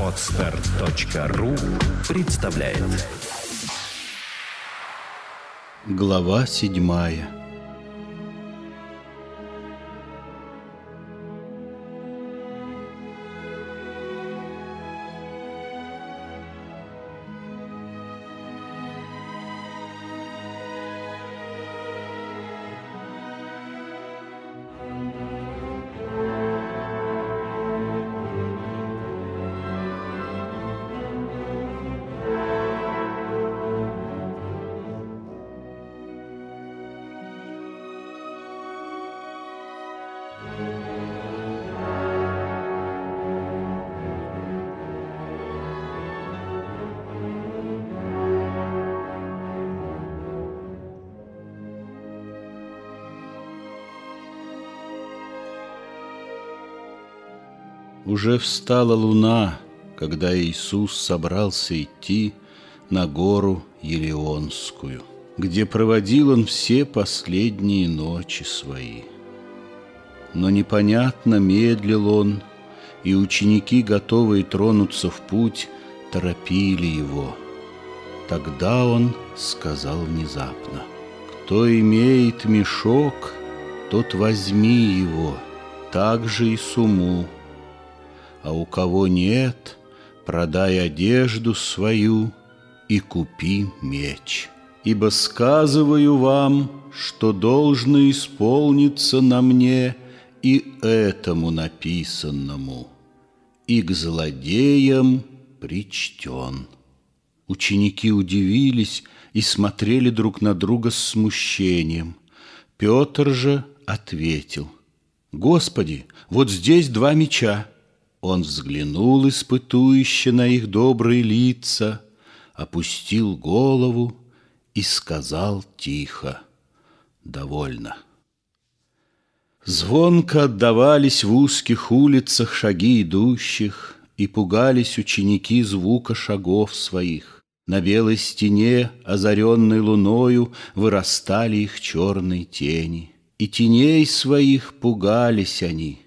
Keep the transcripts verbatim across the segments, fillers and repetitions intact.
Подстер точка ру представляет. Глава седьмая. Уже встала луна, когда Иисус собрался идти на гору Елеонскую, где проводил он все последние ночи свои. Но непонятно медлил он, и ученики, готовые тронуться в путь, торопили его. Тогда он сказал внезапно: «Кто имеет мешок, тот возьми его, так же и сумму. А у кого нет, продай одежду свою и купи меч. Ибо сказываю вам, что должно исполниться на мне и этому написанному, и к злодеям причтен». Ученики удивились и смотрели друг на друга с смущением. Петр же ответил: «Господи, вот здесь два меча». Он взглянул испытующе на их добрые лица, опустил голову и сказал тихо: «Довольно». Звонко отдавались в узких улицах шаги идущих, и пугались ученики звука шагов своих. На белой стене, озаренной луною, вырастали их черные тени, и теней своих пугались они.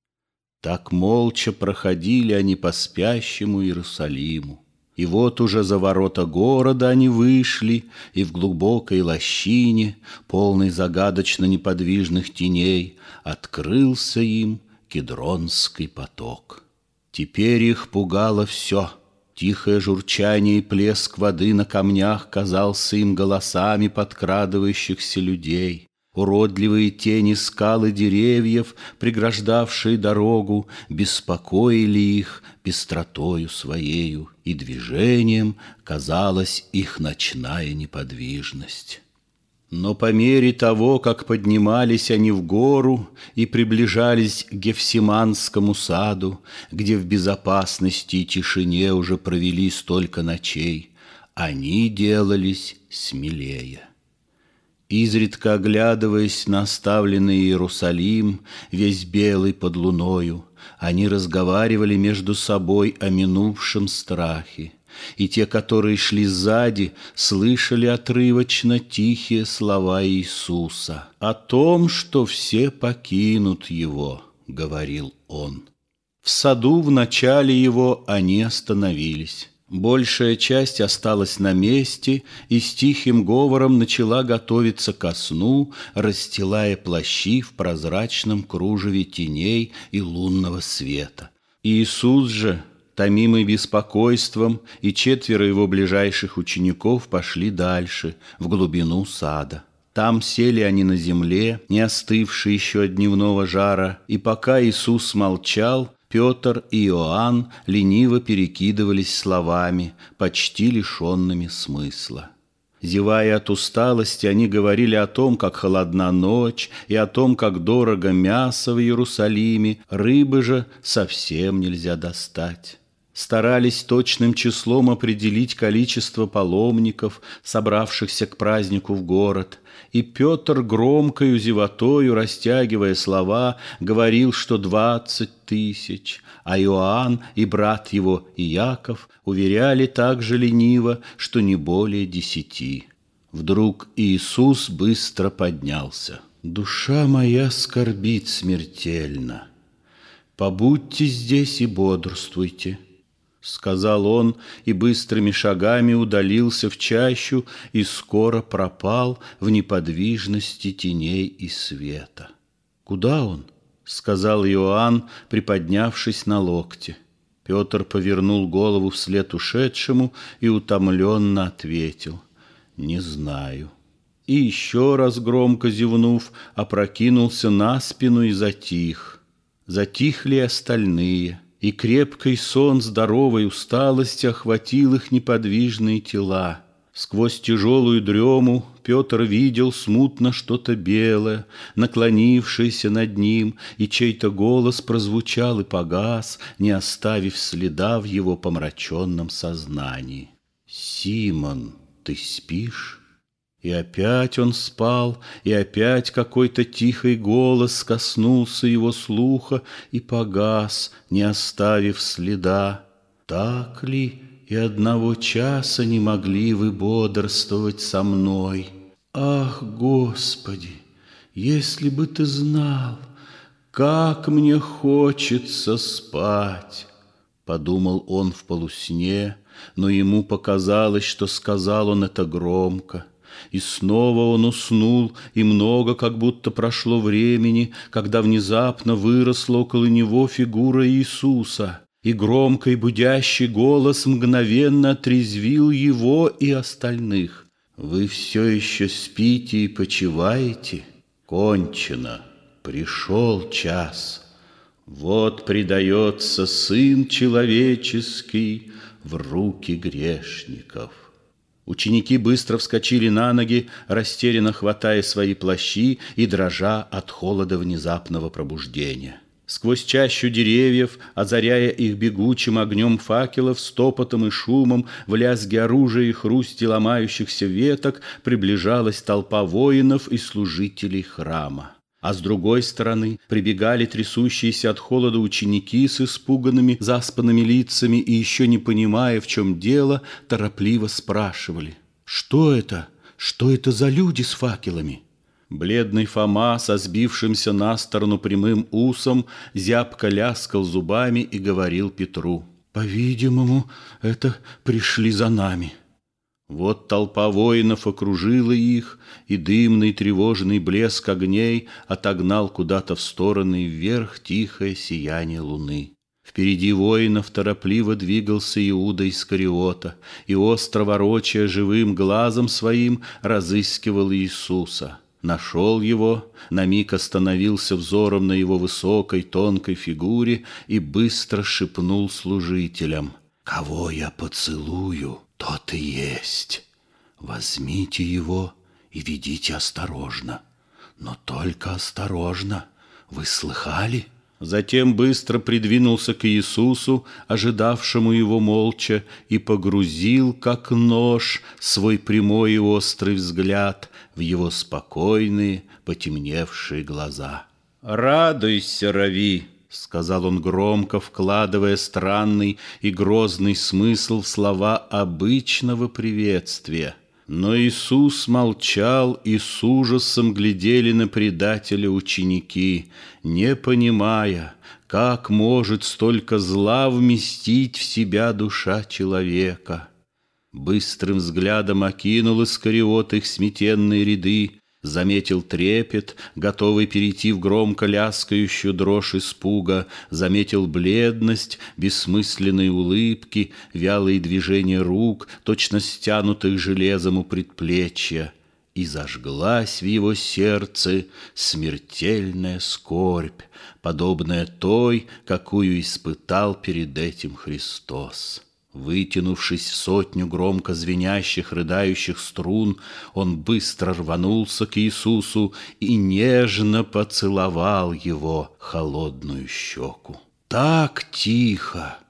Так молча проходили они по спящему Иерусалиму. И вот уже за ворота города они вышли, и в глубокой лощине, полной загадочно неподвижных теней, открылся им Кедронский поток. Теперь их пугало все. Тихое журчание и плеск воды на камнях казался им голосами подкрадывающихся людей. Уродливые тени скал и деревьев, преграждавшие дорогу, беспокоили их пестротою своею, и движением казалась их ночная неподвижность. Но по мере того, как поднимались они в гору и приближались к Гефсиманскому саду, где в безопасности и тишине уже провели столько ночей, они делались смелее. Изредка оглядываясь на оставленный Иерусалим, весь белый под луною, они разговаривали между собой о минувшем страхе, и те, которые шли сзади, слышали отрывочно тихие слова Иисуса о том, что все покинут Его, говорил Он. В саду в начале Его они остановились. Большая часть осталась на месте и с тихим говором начала готовиться ко сну, расстилая плащи в прозрачном кружеве теней и лунного света. Иисус же, томимый беспокойством, и четверо его ближайших учеников пошли дальше, в глубину сада. Там сели они на земле, не остывшие еще от дневного жара, и пока Иисус молчал, Петр и Иоанн лениво перекидывались словами, почти лишенными смысла. Зевая от усталости, они говорили о том, как холодна ночь, и о том, как дорого мясо в Иерусалиме, рыбы же совсем нельзя достать. Старались точным числом определить количество паломников, собравшихся к празднику в город, и Петр громкою зевотою, растягивая слова, говорил, что двадцать тысяч, а Иоанн и брат его Иаков уверяли также лениво, что не более десяти. Вдруг Иисус быстро поднялся. «Душа моя скорбит смертельно. Побудьте здесь и бодрствуйте». сказал он, и быстрыми шагами удалился в чащу и скоро пропал в неподвижности теней и света. «Куда он?» — сказал Иоанн, приподнявшись на локте. Петр повернул голову вслед ушедшему и утомленно ответил: «Не знаю». И еще раз громко зевнув, опрокинулся на спину и затих. Затихли и остальные, и крепкий сон здоровой усталости охватил их неподвижные тела. Сквозь тяжелую дрему Петр видел смутно что-то белое, наклонившееся над ним, и чей-то голос прозвучал и погас, не оставив следа в его помраченном сознании. «Симон, ты спишь?» И опять он спал, и опять какой-то тихий голос коснулся его слуха и погас, не оставив следа. «Так ли и одного часа не могли вы бодрствовать со мной? Ах, Господи, если бы ты знал, как мне хочется спать!» Подумал он в полусне, но ему показалось, что сказал он это громко. И снова он уснул, и много как будто прошло времени, когда внезапно выросла около него фигура Иисуса, и громкий будящий голос мгновенно отрезвил его и остальных. «Вы все еще спите и почиваете? Кончено, пришел час. Вот предается Сын Человеческий в руки грешников». Ученики быстро вскочили на ноги, растерянно хватая свои плащи и дрожа от холода внезапного пробуждения. Сквозь чащу деревьев, озаряя их бегучим огнем факелов, стопотом и шумом, в лязге оружия и хрусте ломающихся веток приближалась толпа воинов и служителей храма. А с другой стороны прибегали трясущиеся от холода ученики с испуганными, заспанными лицами и, еще не понимая, в чем дело, торопливо спрашивали: «Что это? Что это за люди с факелами?» Бледный Фома со сбившимся на сторону прямым усом зябко ляскал зубами и говорил Петру: «По-видимому, это пришли за нами». Вот толпа воинов окружила их, и дымный тревожный блеск огней отогнал куда-то в стороны и вверх тихое сияние луны. Впереди воинов торопливо двигался Иуда Искариота, и остро ворочая живым глазом своим разыскивал Иисуса. Нашел его, на миг остановился взором на его высокой тонкой фигуре и быстро шепнул служителям: «Кого я поцелую, тот и есть. Возьмите его и ведите осторожно. Но только осторожно. Вы слыхали?» Затем быстро придвинулся к Иисусу, ожидавшему его молча, и погрузил, как нож, свой прямой и острый взгляд в его спокойные, потемневшие глаза. «Радуйся, Рави!» — сказал он громко, вкладывая странный и грозный смысл в слова обычного приветствия. Но Иисус молчал, и с ужасом глядели на предателя ученики, не понимая, как может столько зла вместить в себя душа человека. Быстрым взглядом окинул Искариот их сметенные ряды, заметил трепет, готовый перейти в громко ляскающую дрожь испуга, заметил бледность, бессмысленные улыбки, вялые движения рук, точно стянутых железом у предплечья, и зажглась в его сердце смертельная скорбь, подобная той, какую испытал перед этим Христос. Вытянувшись в сотню громко звенящих, рыдающих струн, он быстро рванулся к Иисусу и нежно поцеловал его холодную щеку. Так тихо,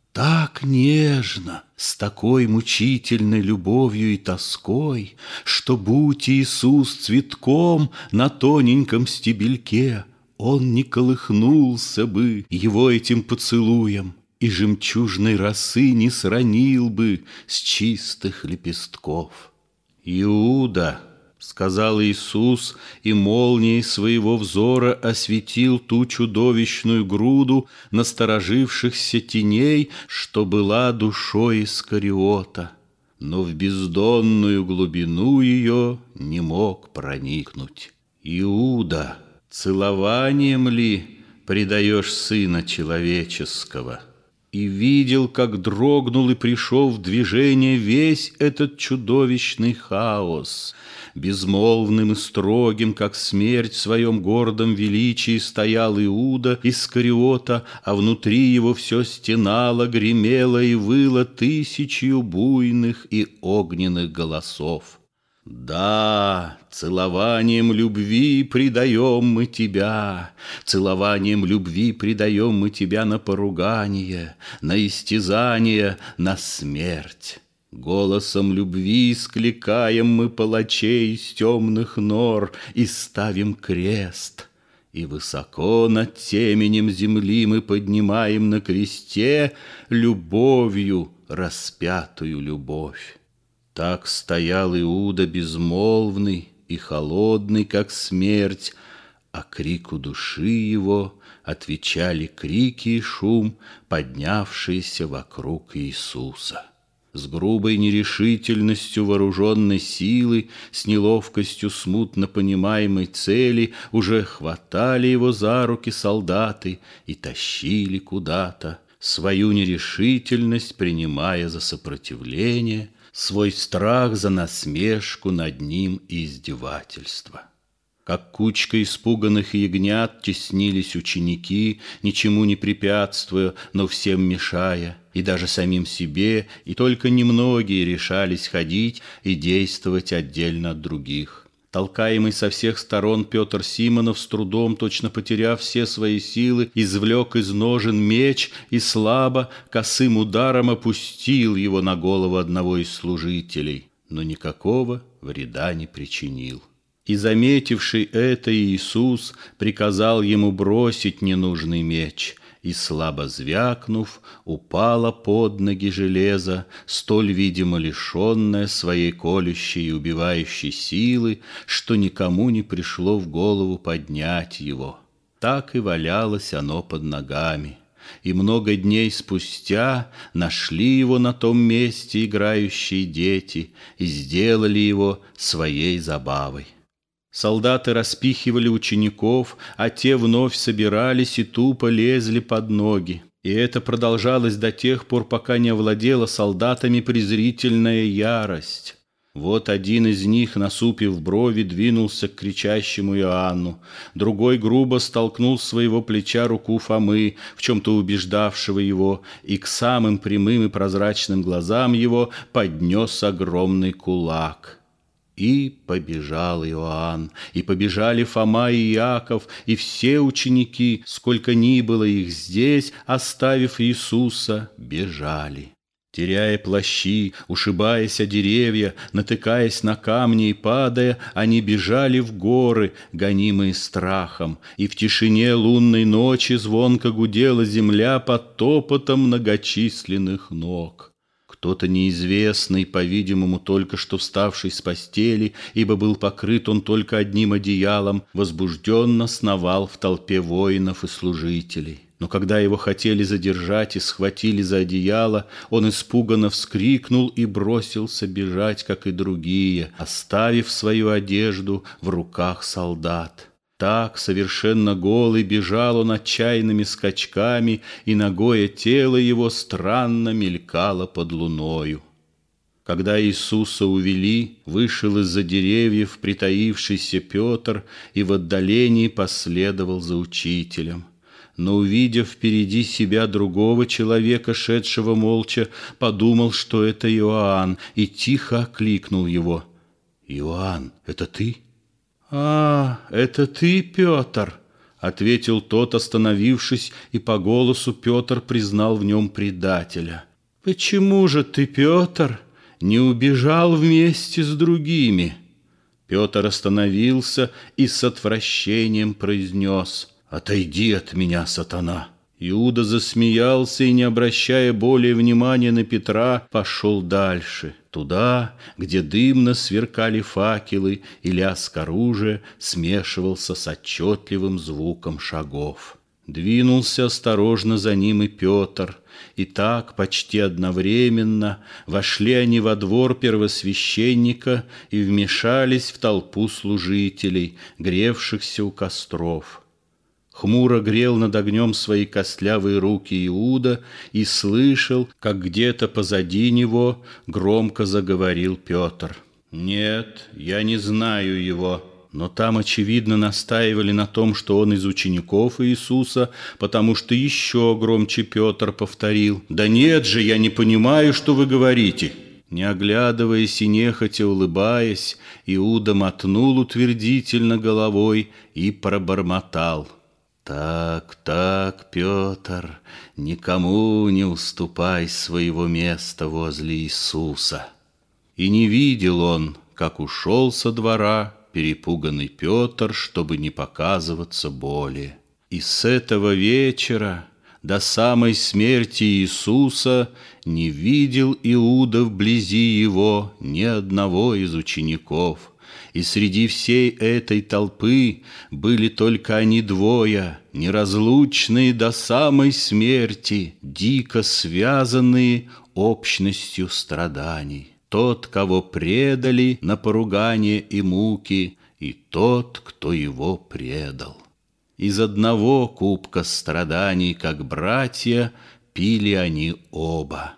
так нежно, с такой мучительной любовью и тоской, что, будь Иисус цветком на тоненьком стебельке, он не колыхнулся бы его этим поцелуем, и жемчужной росы не сранил бы с чистых лепестков. «Иуда», — Сказал Иисус, и молнией своего взора осветил ту чудовищную груду насторожившихся теней, что была душой Искариота, но в бездонную глубину ее не мог проникнуть. Иуда, целованием ли предаешь Сына Человеческого? И видел, как дрогнул и пришел в движение весь этот чудовищный хаос. Безмолвным и строгим, как смерть, в своем гордом величии стоял Иуда Искариота, а внутри его все стенало, гремело и выло тысячью буйных и огненных голосов. Да, целованием любви предаем мы тебя, целованием любви предаем мы тебя на поругание, на истязание, на смерть. Голосом любви скликаем мы палачей из темных нор и ставим крест. И высоко над теменем земли мы поднимаем на кресте любовью распятую любовь. Так стоял Иуда безмолвный и холодный, как смерть, а крику души его отвечали крики и шум, поднявшиеся вокруг Иисуса. С грубой нерешительностью вооруженной силы, с неловкостью смутно понимаемой цели уже хватали его за руки солдаты и тащили куда-то, свою нерешительность принимая за сопротивление, свой страх за насмешку над ним и издевательство. Как кучка испуганных ягнят теснились ученики, ничему не препятствуя, но всем мешая, и даже самим себе, и только немногие решались ходить и действовать отдельно от других. Толкаемый со всех сторон Петр Симонов, с трудом, точно потеряв все свои силы, извлек из ножен меч и слабо, косым ударом опустил его на голову одного из служителей, но никакого вреда не причинил. И, заметивший это, Иисус приказал ему бросить ненужный меч, и, слабо звякнув, упало под ноги железо, столь, видимо, лишенное своей колющей и убивающей силы, что никому не пришло в голову поднять его. Так и валялось оно под ногами. И много дней спустя нашли его на том месте играющие дети и сделали его своей забавой. Солдаты распихивали учеников, а те вновь собирались и тупо лезли под ноги. И это продолжалось до тех пор, пока не овладела солдатами презрительная ярость. Вот один из них, насупив брови, двинулся к кричащему Иоанну. Другой грубо столкнул с своего плеча руку Фомы, в чем-то убеждавшего его, и к самым прямым и прозрачным глазам его поднес огромный кулак. И побежал Иоанн, и побежали Фома и Иаков, и все ученики, сколько ни было их здесь, оставив Иисуса, бежали. Теряя плащи, ушибаясь о деревья, натыкаясь на камни и падая, они бежали в горы, гонимые страхом, и в тишине лунной ночи звонко гудела земля под топотом многочисленных ног. Кто-то неизвестный, по-видимому, только что вставший с постели, ибо был покрыт он только одним одеялом, возбужденно сновал в толпе воинов и служителей. Но когда его хотели задержать и схватили за одеяло, он испуганно вскрикнул и бросился бежать, как и другие, оставив свою одежду в руках солдат. Так, совершенно голый, бежал он отчаянными скачками, и нагое тело его странно мелькало под луною. Когда Иисуса увели, вышел из-за деревьев притаившийся Петр и в отдалении последовал за учителем. Но, увидев впереди себя другого человека, шедшего молча, подумал, что это Иоанн, и тихо окликнул его. «Иоанн, это ты?» «А, это ты, Петр?» — ответил тот, остановившись, и по голосу Петр признал в нем предателя. «Почему же ты, Петр, не убежал вместе с другими?» Петр остановился и с отвращением произнес: «Отойди от меня, сатана!» Иуда засмеялся и, не обращая более внимания на Петра, пошел дальше. Туда, где дымно сверкали факелы, и лязг оружия смешивался с отчетливым звуком шагов. Двинулся осторожно за ним и Петр, и так почти одновременно вошли они во двор первосвященника и вмешались в толпу служителей, гревшихся у костров. Хмуро грел над огнем свои костлявые руки Иуда и слышал, как где-то позади него громко заговорил Петр. «Нет, я не знаю его». Но там, очевидно, настаивали на том, что он из учеников Иисуса, потому что еще громче Петр повторил: «Да нет же, я не понимаю, что вы говорите». Не оглядываясь и нехотя улыбаясь, Иуда мотнул утвердительно головой и пробормотал: «Так, так, Петр, никому не уступай своего места возле Иисуса». И не видел он, как ушел со двора перепуганный Петр, чтобы не показываться более. И с этого вечера до самой смерти Иисуса не видел Иуда вблизи его ни одного из учеников. И среди всей этой толпы были только они двое, неразлучные до самой смерти, дико связанные общностью страданий. Тот, кого предали на поругание и муки, и тот, кто его предал. Из одного кубка страданий, как братья, пили они оба,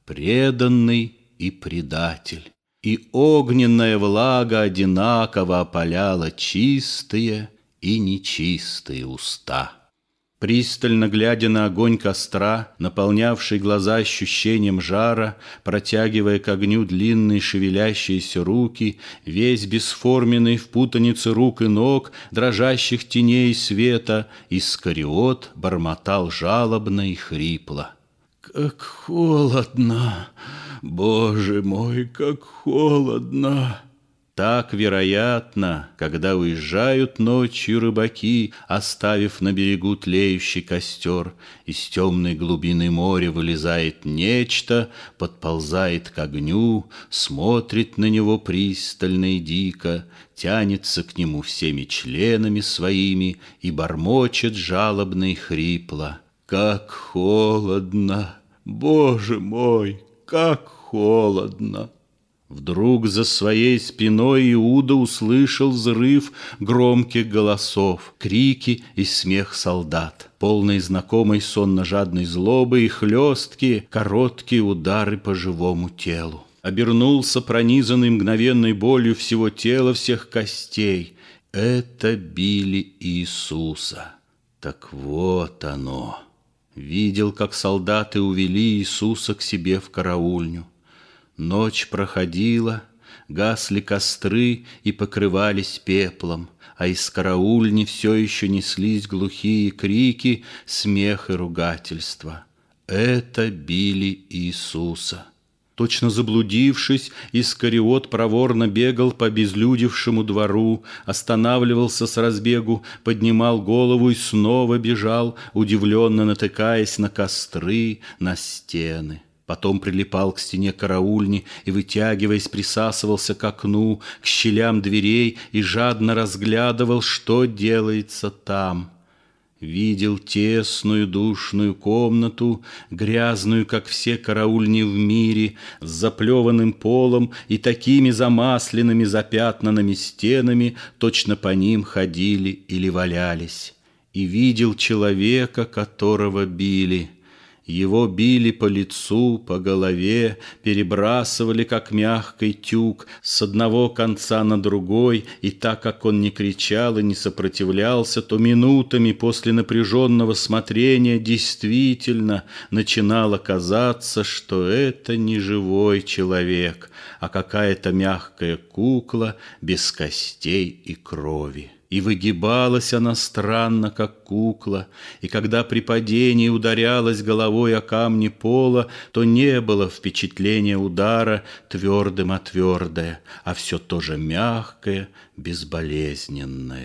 преданный и предатель. И огненная влага одинаково опаляла чистые и нечистые уста. Пристально глядя на огонь костра, наполнявший глаза ощущением жара, протягивая к огню длинные шевелящиеся руки, весь бесформенный в путанице рук и ног, дрожащих теней света, Искариот бормотал жалобно и хрипло: «Как холодно! Боже мой, как холодно!» Так, вероятно, когда уезжают ночью рыбаки, оставив на берегу тлеющий костер, из темной глубины моря вылезает нечто, подползает к огню, смотрит на него пристально и дико, тянется к нему всеми членами своими и бормочет жалобно и хрипло: «Как холодно! Боже мой, как холодно!» Вдруг за своей спиной Иуда услышал взрыв громких голосов, крики и смех солдат, полные знакомой сонно-жадной злобы и хлесткие, короткие удары по живому телу. Обернулся пронизанный мгновенной болью всего тела, всех костей. Это били Иисуса. Так вот оно. Видел, как солдаты увели Иисуса к себе в караульню. Ночь проходила, гасли костры и покрывались пеплом, а из караульни все еще неслись глухие крики, смех и ругательства. Это били Иисуса. Точно заблудившись, Искариот проворно бегал по безлюдевшему двору, останавливался с разбегу, поднимал голову и снова бежал, удивленно натыкаясь на костры, на стены. Потом прилипал к стене караульни и, вытягиваясь, присасывался к окну, к щелям дверей и жадно разглядывал, что делается там. Видел тесную душную комнату, грязную, как все караульни в мире, с заплеванным полом и такими замасленными, запятнанными стенами, точно по ним ходили или валялись. И видел человека, которого били. Его били по лицу, по голове, перебрасывали, как мягкий тюк, с одного конца на другой, и так как он не кричал и не сопротивлялся, то минутами после напряженного смотрения действительно начинало казаться, что это не живой человек, а какая-то мягкая кукла без костей и крови. И выгибалась она странно, как кукла, и когда при падении ударялась головой о камни пола, то не было впечатления удара твердым о твердое, а все то же мягкое, безболезненное.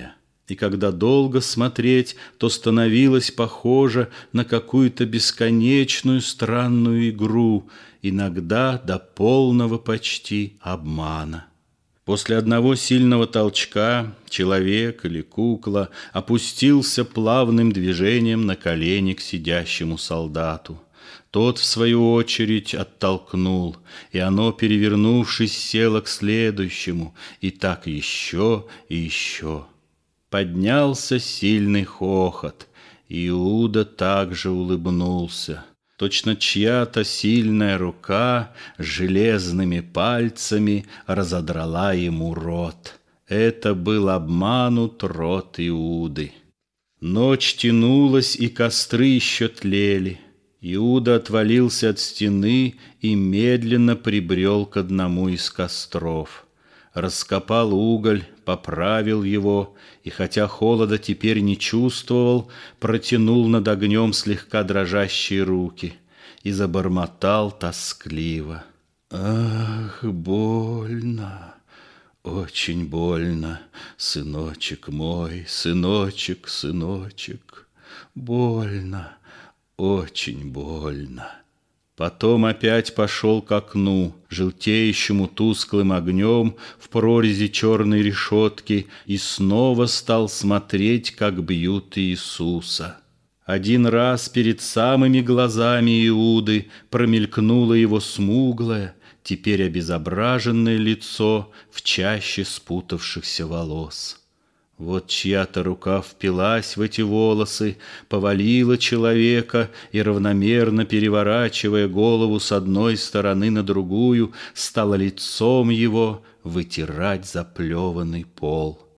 И когда долго смотреть, то становилось похоже на какую-то бесконечную странную игру, иногда до полного почти обмана. После одного сильного толчка человек или кукла опустился плавным движением на колени к сидящему солдату. Тот, в свою очередь, оттолкнул, и оно, перевернувшись, село к следующему, и так еще и еще. Поднялся сильный хохот, и Иуда также улыбнулся. Точно чья-то сильная рука с железными пальцами разодрала ему рот. Это был обманут рот Иуды. Ночь тянулась, и костры еще тлели. Иуда отвалился от стены и медленно прибрел к одному из костров. Раскопал уголь, поправил его, и хотя холода теперь не чувствовал, протянул над огнем слегка дрожащие руки и забормотал тоскливо: «Ах, больно, очень больно, сыночек мой, сыночек, сыночек, больно, очень больно». Потом опять пошел к окну, желтеющему тусклым огнем в прорези черной решетки, и снова стал смотреть, как бьют Иисуса. Один раз перед самыми глазами Иуды промелькнуло его смуглое, теперь обезображенное лицо в чаще спутавшихся волос. Вот чья-то рука впилась в эти волосы, повалила человека и, равномерно переворачивая голову с одной стороны на другую, стала лицом его вытирать заплеванный пол.